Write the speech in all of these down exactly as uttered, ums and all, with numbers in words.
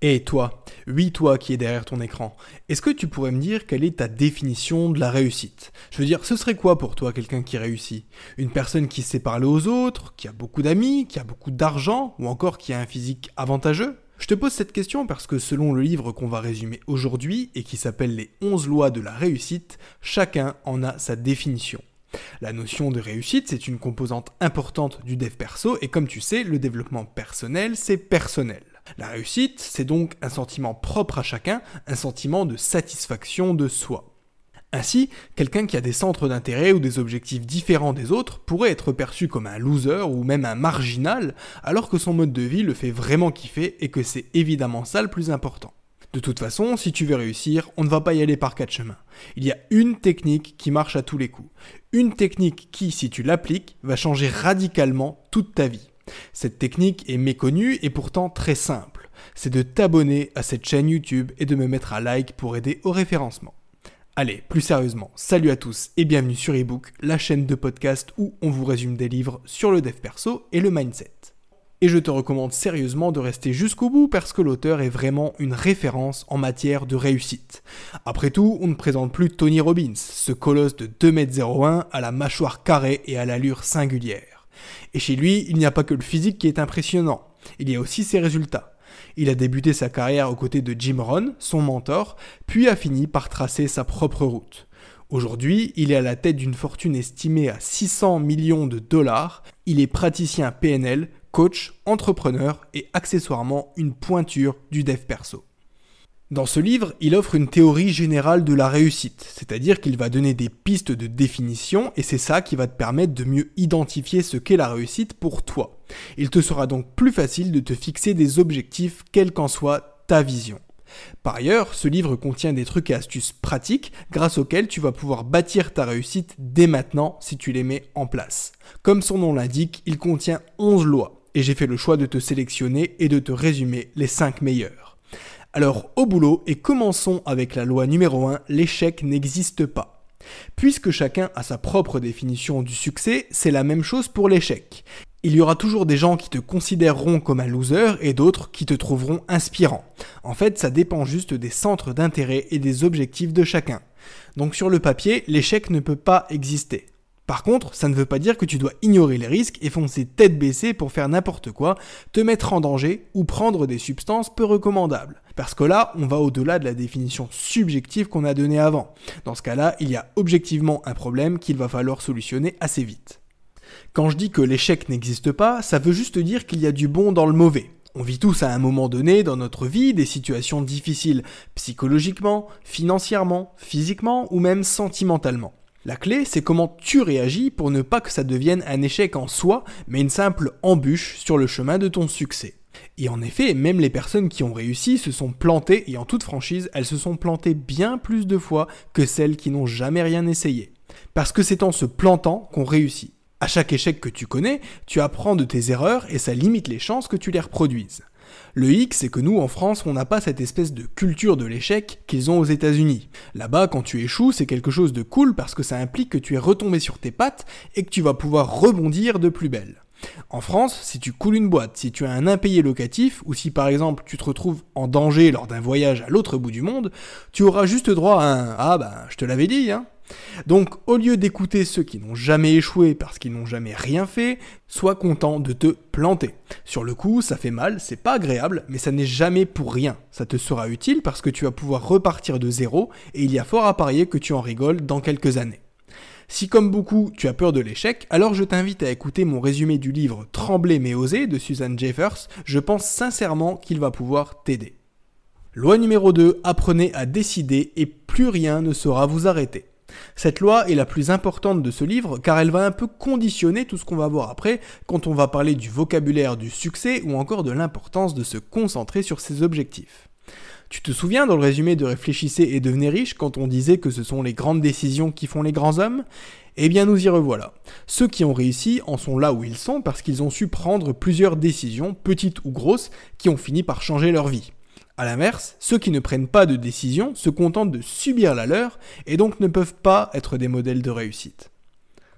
Et toi, oui toi qui es derrière ton écran, est-ce que tu pourrais me dire quelle est ta définition de la réussite ? Je veux dire, ce serait quoi pour toi quelqu'un qui réussit ? Une personne qui sait parler aux autres, qui a beaucoup d'amis, qui a beaucoup d'argent, ou encore qui a un physique avantageux ? Je te pose cette question parce que selon le livre qu'on va résumer aujourd'hui et qui s'appelle Les onze lois de la réussite, chacun en a sa définition. La notion de réussite, c'est une composante importante du dev perso et comme tu sais, le développement personnel, c'est personnel. La réussite, c'est donc un sentiment propre à chacun, un sentiment de satisfaction de soi. Ainsi, quelqu'un qui a des centres d'intérêt ou des objectifs différents des autres pourrait être perçu comme un loser ou même un marginal, alors que son mode de vie le fait vraiment kiffer et que c'est évidemment ça le plus important. De toute façon, si tu veux réussir, on ne va pas y aller par quatre chemins. Il y a une technique qui marche à tous les coups. Une technique qui, si tu l'appliques, va changer radicalement toute ta vie. Cette technique est méconnue et pourtant très simple. C'est de t'abonner à cette chaîne YouTube et de me mettre un like pour aider au référencement. Allez, plus sérieusement, salut à tous et bienvenue sur eBook, la chaîne de podcast où on vous résume des livres sur le dev perso et le mindset. Et je te recommande sérieusement de rester jusqu'au bout parce que l'auteur est vraiment une référence en matière de réussite. Après tout, on ne présente plus Tony Robbins, ce colosse de deux mètres zéro un à la mâchoire carrée et à l'allure singulière. Et chez lui, il n'y a pas que le physique qui est impressionnant, il y a aussi ses résultats. Il a débuté sa carrière aux côtés de Jim Rohn, son mentor, puis a fini par tracer sa propre route. Aujourd'hui, il est à la tête d'une fortune estimée à six cents millions de dollars. Il est praticien P N L, coach, entrepreneur et accessoirement une pointure du dev perso. Dans ce livre, il offre une théorie générale de la réussite, c'est-à-dire qu'il va donner des pistes de définition et c'est ça qui va te permettre de mieux identifier ce qu'est la réussite pour toi. Il te sera donc plus facile de te fixer des objectifs, quelle qu'en soit ta vision. Par ailleurs, ce livre contient des trucs et astuces pratiques grâce auxquels tu vas pouvoir bâtir ta réussite dès maintenant si tu les mets en place. Comme son nom l'indique, il contient onze lois et j'ai fait le choix de te sélectionner et de te résumer les cinq meilleures. Alors au boulot et commençons avec la loi numéro un, l'échec n'existe pas. Puisque chacun a sa propre définition du succès, c'est la même chose pour l'échec. Il y aura toujours des gens qui te considéreront comme un loser et d'autres qui te trouveront inspirant. En fait, ça dépend juste des centres d'intérêt et des objectifs de chacun. Donc sur le papier, l'échec ne peut pas exister. Par contre, ça ne veut pas dire que tu dois ignorer les risques et foncer tête baissée pour faire n'importe quoi, te mettre en danger ou prendre des substances peu recommandables. Parce que là, on va au-delà de la définition subjective qu'on a donnée avant. Dans ce cas-là, il y a objectivement un problème qu'il va falloir solutionner assez vite. Quand je dis que l'échec n'existe pas, ça veut juste dire qu'il y a du bon dans le mauvais. On vit tous à un moment donné dans notre vie des situations difficiles, psychologiquement, financièrement, physiquement ou même sentimentalement. La clé, c'est comment tu réagis pour ne pas que ça devienne un échec en soi, mais une simple embûche sur le chemin de ton succès. Et en effet, même les personnes qui ont réussi se sont plantées, et en toute franchise, elles se sont plantées bien plus de fois que celles qui n'ont jamais rien essayé. Parce que c'est en se plantant qu'on réussit. À chaque échec que tu connais, tu apprends de tes erreurs et ça limite les chances que tu les reproduises. Le hic, c'est que nous, en France, on n'a pas cette espèce de culture de l'échec qu'ils ont aux États-Unis. Là-bas, quand tu échoues, c'est quelque chose de cool parce que ça implique que tu es retombé sur tes pattes et que tu vas pouvoir rebondir de plus belle. En France, si tu coules une boîte, si tu as un impayé locatif ou si par exemple tu te retrouves en danger lors d'un voyage à l'autre bout du monde, tu auras juste droit à un « Ah ben, je te l'avais dit, hein ». Donc, au lieu d'écouter ceux qui n'ont jamais échoué parce qu'ils n'ont jamais rien fait, sois content de te planter. Sur le coup, ça fait mal, c'est pas agréable, mais ça n'est jamais pour rien. Ça te sera utile parce que tu vas pouvoir repartir de zéro et il y a fort à parier que tu en rigoles dans quelques années. Si comme beaucoup, tu as peur de l'échec, alors je t'invite à écouter mon résumé du livre « Trembler mais oser » de Susan Jeffers, je pense sincèrement qu'il va pouvoir t'aider. Loi numéro deux, apprenez à décider et plus rien ne saura vous arrêter. Cette loi est la plus importante de ce livre car elle va un peu conditionner tout ce qu'on va voir après quand on va parler du vocabulaire du succès ou encore de l'importance de se concentrer sur ses objectifs. Tu te souviens dans le résumé de Réfléchissez et devenez riche quand on disait que ce sont les grandes décisions qui font les grands hommes ? Eh bien nous y revoilà. Ceux qui ont réussi en sont là où ils sont parce qu'ils ont su prendre plusieurs décisions, petites ou grosses, qui ont fini par changer leur vie. A l'inverse, ceux qui ne prennent pas de décision se contentent de subir la leur et donc ne peuvent pas être des modèles de réussite.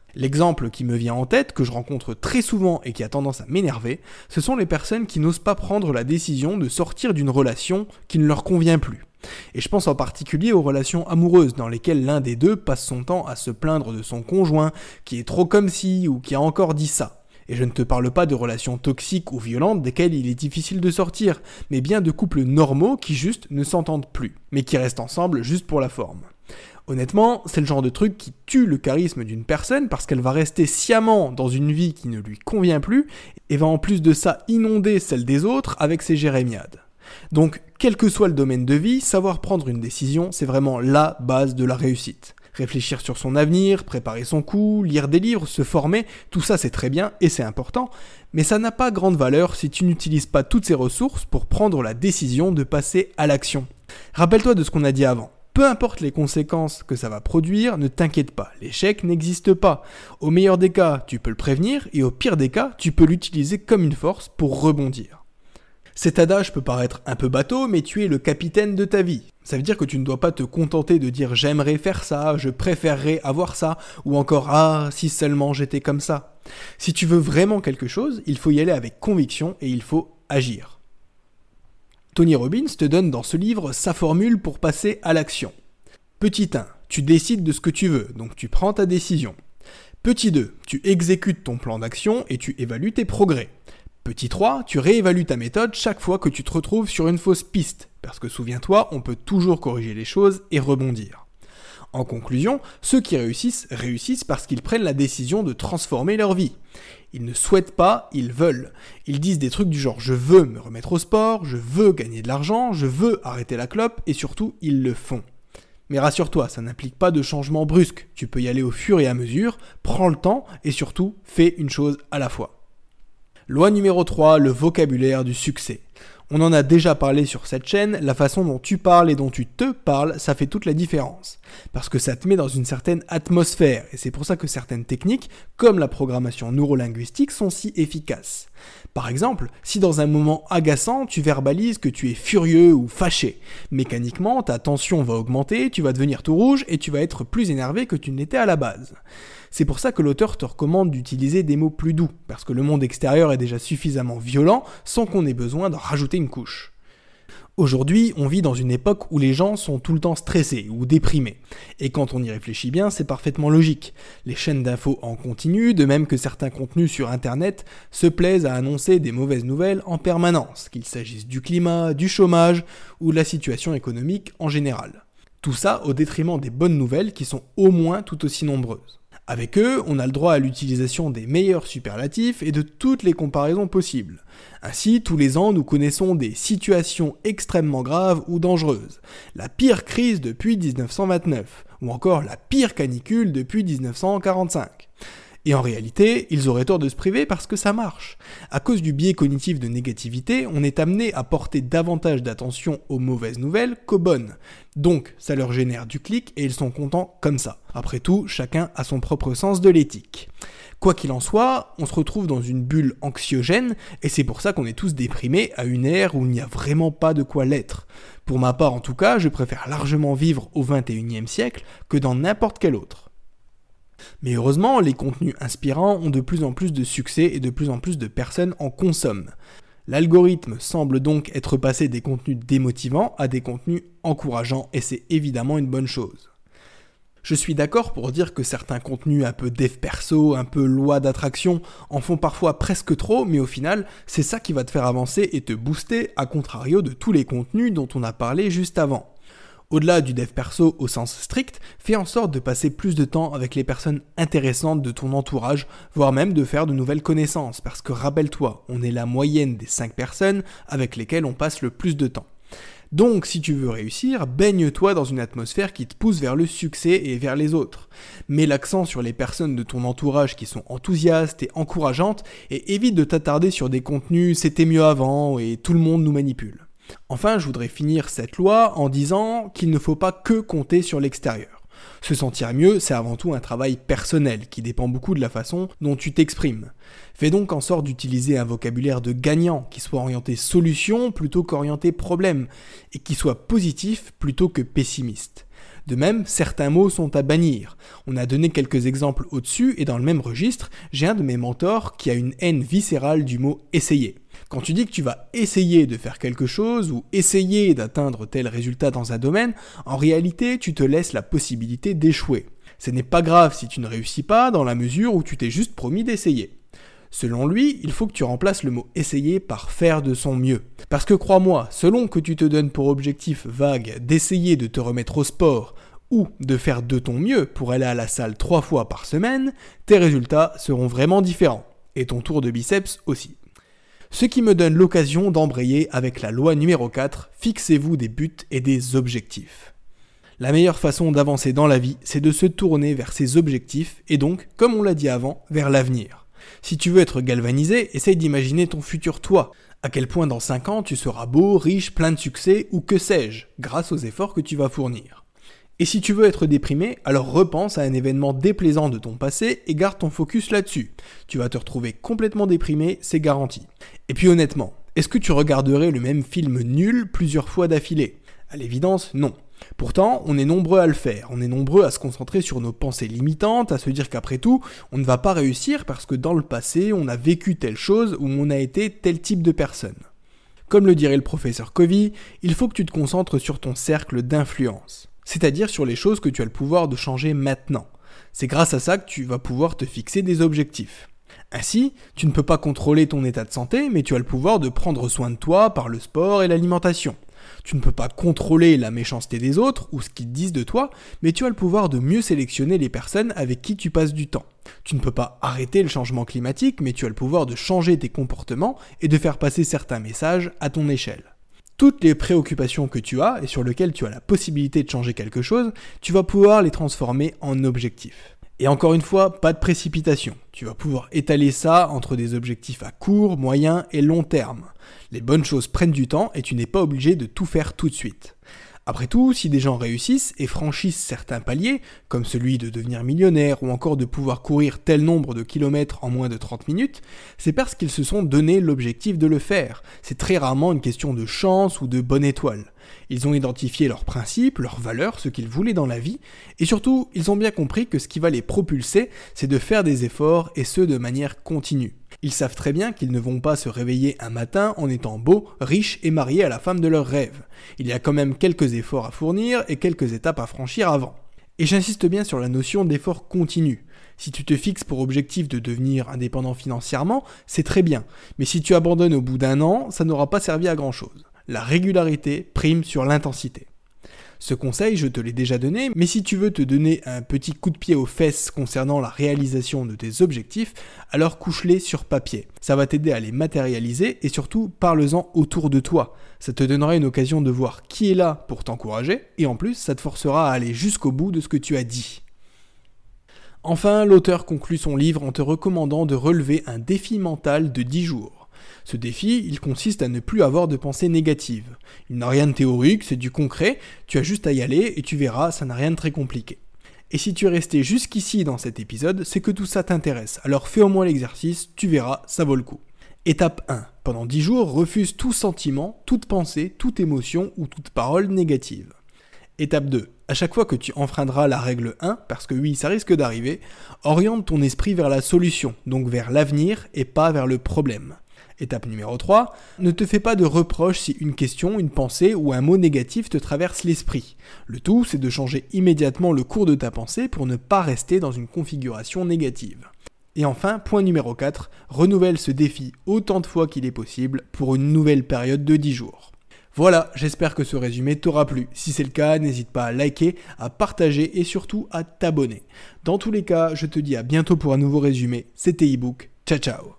L'exemple qui me vient en tête, que je rencontre très souvent et qui a tendance à m'énerver, ce sont les personnes qui n'osent pas prendre la décision de sortir d'une relation qui ne leur convient plus. Et je pense en particulier aux relations amoureuses dans lesquelles l'un des deux passe son temps à se plaindre de son conjoint, qui est trop comme ci ou qui a encore dit ça. Et je ne te parle pas de relations toxiques ou violentes desquelles il est difficile de sortir, mais bien de couples normaux qui juste ne s'entendent plus, mais qui restent ensemble juste pour la forme. Honnêtement, c'est le genre de truc qui tue le charisme d'une personne parce qu'elle va rester sciemment dans une vie qui ne lui convient plus et va en plus de ça inonder celle des autres avec ses jérémiades. Donc, quel que soit le domaine de vie, savoir prendre une décision, c'est vraiment la base de la réussite. Réfléchir sur son avenir, préparer son coup, lire des livres, se former, tout ça c'est très bien et c'est important, mais ça n'a pas grande valeur si tu n'utilises pas toutes ces ressources pour prendre la décision de passer à l'action. Rappelle-toi de ce qu'on a dit avant. Peu importe les conséquences que ça va produire, ne t'inquiète pas, l'échec n'existe pas. Au meilleur des cas, tu peux le prévenir et au pire des cas, tu peux l'utiliser comme une force pour rebondir. Cet adage peut paraître un peu bateau, mais tu es le capitaine de ta vie. Ça veut dire que tu ne dois pas te contenter de dire « j'aimerais faire ça, je préférerais avoir ça » ou encore « ah, si seulement j'étais comme ça ». Si tu veux vraiment quelque chose, il faut y aller avec conviction et il faut agir. Tony Robbins te donne dans ce livre sa formule pour passer à l'action. Petit un, tu décides de ce que tu veux, donc tu prends ta décision. Petit deux, tu exécutes ton plan d'action et tu évalues tes progrès. Petit trois, tu réévalues ta méthode chaque fois que tu te retrouves sur une fausse piste, parce que souviens-toi, on peut toujours corriger les choses et rebondir. En conclusion, ceux qui réussissent, réussissent parce qu'ils prennent la décision de transformer leur vie. Ils ne souhaitent pas, ils veulent. Ils disent des trucs du genre « je veux me remettre au sport, je veux gagner de l'argent, je veux arrêter la clope » et surtout, ils le font. Mais rassure-toi, ça n'implique pas de changement brusque. Tu peux y aller au fur et à mesure, prends le temps et surtout, fais une chose à la fois. Loi numéro trois, le vocabulaire du succès. On en a déjà parlé sur cette chaîne, la façon dont tu parles et dont tu te parles, ça fait toute la différence. Parce que ça te met dans une certaine atmosphère, et c'est pour ça que certaines techniques, comme la programmation neurolinguistique, sont si efficaces. Par exemple, si dans un moment agaçant, tu verbalises que tu es furieux ou fâché, mécaniquement, ta tension va augmenter, tu vas devenir tout rouge et tu vas être plus énervé que tu ne l'étais à la base. C'est pour ça que l'auteur te recommande d'utiliser des mots plus doux, parce que le monde extérieur est déjà suffisamment violent sans qu'on ait besoin d'en rajouter une couche. Aujourd'hui, on vit dans une époque où les gens sont tout le temps stressés ou déprimés. Et quand on y réfléchit bien, c'est parfaitement logique. Les chaînes d'infos en continu, de même que certains contenus sur Internet, se plaisent à annoncer des mauvaises nouvelles en permanence, qu'il s'agisse du climat, du chômage ou de la situation économique en général. Tout ça au détriment des bonnes nouvelles qui sont au moins tout aussi nombreuses. Avec eux, on a le droit à l'utilisation des meilleurs superlatifs et de toutes les comparaisons possibles. Ainsi, tous les ans, nous connaissons des situations extrêmement graves ou dangereuses. La pire crise depuis dix-neuf cent vingt-neuf, ou encore la pire canicule depuis dix-neuf cent quarante-cinq. Et en réalité, ils auraient tort de se priver parce que ça marche. À cause du biais cognitif de négativité, on est amené à porter davantage d'attention aux mauvaises nouvelles qu'aux bonnes. Donc, ça leur génère du clic et ils sont contents comme ça. Après tout, chacun a son propre sens de l'éthique. Quoi qu'il en soit, on se retrouve dans une bulle anxiogène et c'est pour ça qu'on est tous déprimés à une ère où il n'y a vraiment pas de quoi l'être. Pour ma part en tout cas, je préfère largement vivre au vingt et unième siècle que dans n'importe quel autre. Mais heureusement, les contenus inspirants ont de plus en plus de succès et de plus en plus de personnes en consomment. L'algorithme semble donc être passé des contenus démotivants à des contenus encourageants et c'est évidemment une bonne chose. Je suis d'accord pour dire que certains contenus un peu dev perso, un peu loi d'attraction, en font parfois presque trop, mais au final, c'est ça qui va te faire avancer et te booster, à contrario de tous les contenus dont on a parlé juste avant. Au-delà du dev perso au sens strict, fais en sorte de passer plus de temps avec les personnes intéressantes de ton entourage, voire même de faire de nouvelles connaissances, parce que rappelle-toi, on est la moyenne des cinq personnes avec lesquelles on passe le plus de temps. Donc, si tu veux réussir, baigne-toi dans une atmosphère qui te pousse vers le succès et vers les autres. Mets l'accent sur les personnes de ton entourage qui sont enthousiastes et encourageantes, et évite de t'attarder sur des contenus « c'était mieux avant » et « tout le monde nous manipule ». Enfin, je voudrais finir cette loi en disant qu'il ne faut pas que compter sur l'extérieur. Se sentir mieux, c'est avant tout un travail personnel qui dépend beaucoup de la façon dont tu t'exprimes. Fais donc en sorte d'utiliser un vocabulaire de gagnant qui soit orienté solution plutôt qu'orienté problème et qui soit positif plutôt que pessimiste. De même, certains mots sont à bannir. On a donné quelques exemples au-dessus et dans le même registre, j'ai un de mes mentors qui a une haine viscérale du mot « essayer ». Quand tu dis que tu vas essayer de faire quelque chose ou essayer d'atteindre tel résultat dans un domaine, en réalité, tu te laisses la possibilité d'échouer. Ce n'est pas grave si tu ne réussis pas dans la mesure où tu t'es juste promis d'essayer. Selon lui, il faut que tu remplaces le mot « essayer » par « faire de son mieux ». Parce que crois-moi, selon que tu te donnes pour objectif vague d'essayer de te remettre au sport ou de faire de ton mieux pour aller à la salle trois fois par semaine, tes résultats seront vraiment différents. Et ton tour de biceps aussi. Ce qui me donne l'occasion d'embrayer avec la loi numéro quatre, fixez-vous des buts et des objectifs. La meilleure façon d'avancer dans la vie, c'est de se tourner vers ses objectifs et donc, comme on l'a dit avant, vers l'avenir. Si tu veux être galvanisé, essaye d'imaginer ton futur toi. À quel point dans cinq ans tu seras beau, riche, plein de succès ou que sais-je, grâce aux efforts que tu vas fournir. Et si tu veux être déprimé, alors repense à un événement déplaisant de ton passé et garde ton focus là-dessus. Tu vas te retrouver complètement déprimé, c'est garanti. Et puis honnêtement, est-ce que tu regarderais le même film nul plusieurs fois d'affilée ? À l'évidence, non. Pourtant, on est nombreux à le faire, on est nombreux à se concentrer sur nos pensées limitantes, à se dire qu'après tout, on ne va pas réussir parce que dans le passé, on a vécu telle chose ou on a été tel type de personne. Comme le dirait le professeur Covey, il faut que tu te concentres sur ton cercle d'influence. C'est-à-dire sur les choses que tu as le pouvoir de changer maintenant. C'est grâce à ça que tu vas pouvoir te fixer des objectifs. Ainsi, tu ne peux pas contrôler ton état de santé, mais tu as le pouvoir de prendre soin de toi par le sport et l'alimentation. Tu ne peux pas contrôler la méchanceté des autres ou ce qu'ils disent de toi, mais tu as le pouvoir de mieux sélectionner les personnes avec qui tu passes du temps. Tu ne peux pas arrêter le changement climatique, mais tu as le pouvoir de changer tes comportements et de faire passer certains messages à ton échelle. Toutes les préoccupations que tu as et sur lesquelles tu as la possibilité de changer quelque chose, tu vas pouvoir les transformer en objectifs. Et encore une fois, pas de précipitation. Tu vas pouvoir étaler ça entre des objectifs à court, moyen et long terme. Les bonnes choses prennent du temps et tu n'es pas obligé de tout faire tout de suite. Après tout, si des gens réussissent et franchissent certains paliers, comme celui de devenir millionnaire ou encore de pouvoir courir tel nombre de kilomètres en moins de trente minutes, c'est parce qu'ils se sont donné l'objectif de le faire. C'est très rarement une question de chance ou de bonne étoile. Ils ont identifié leurs principes, leurs valeurs, ce qu'ils voulaient dans la vie, et surtout, ils ont bien compris que ce qui va les propulser, c'est de faire des efforts et ce de manière continue. Ils savent très bien qu'ils ne vont pas se réveiller un matin en étant beaux, riches et mariés à la femme de leurs rêves. Il y a quand même quelques efforts à fournir et quelques étapes à franchir avant. Et j'insiste bien sur la notion d'effort continu. Si tu te fixes pour objectif de devenir indépendant financièrement, c'est très bien. Mais si tu abandonnes au bout d'un an, ça n'aura pas servi à grand chose. La régularité prime sur l'intensité. Ce conseil, je te l'ai déjà donné, mais si tu veux te donner un petit coup de pied aux fesses concernant la réalisation de tes objectifs, alors couche-les sur papier. Ça va t'aider à les matérialiser et surtout, parle-en autour de toi. Ça te donnera une occasion de voir qui est là pour t'encourager et en plus, ça te forcera à aller jusqu'au bout de ce que tu as dit. Enfin, l'auteur conclut son livre en te recommandant de relever un défi mental de dix jours. Ce défi, il consiste à ne plus avoir de pensées négatives. Il n'a rien de théorique, c'est du concret, tu as juste à y aller et tu verras, ça n'a rien de très compliqué. Et si tu es resté jusqu'ici dans cet épisode, c'est que tout ça t'intéresse, alors fais au moins l'exercice, tu verras, ça vaut le coup. Étape un. Pendant dix jours, refuse tout sentiment, toute pensée, toute émotion ou toute parole négative. Étape deux. À chaque fois que tu enfreindras la règle un, parce que oui, ça risque d'arriver, oriente ton esprit vers la solution, donc vers l'avenir et pas vers le problème. Étape numéro trois, ne te fais pas de reproches si une question, une pensée ou un mot négatif te traverse l'esprit. Le tout, c'est de changer immédiatement le cours de ta pensée pour ne pas rester dans une configuration négative. Et enfin, point numéro quatre, renouvelle ce défi autant de fois qu'il est possible pour une nouvelle période de dix jours. Voilà, j'espère que ce résumé t'aura plu. Si c'est le cas, n'hésite pas à liker, à partager et surtout à t'abonner. Dans tous les cas, je te dis à bientôt pour un nouveau résumé. C'était ebook. Ciao ciao.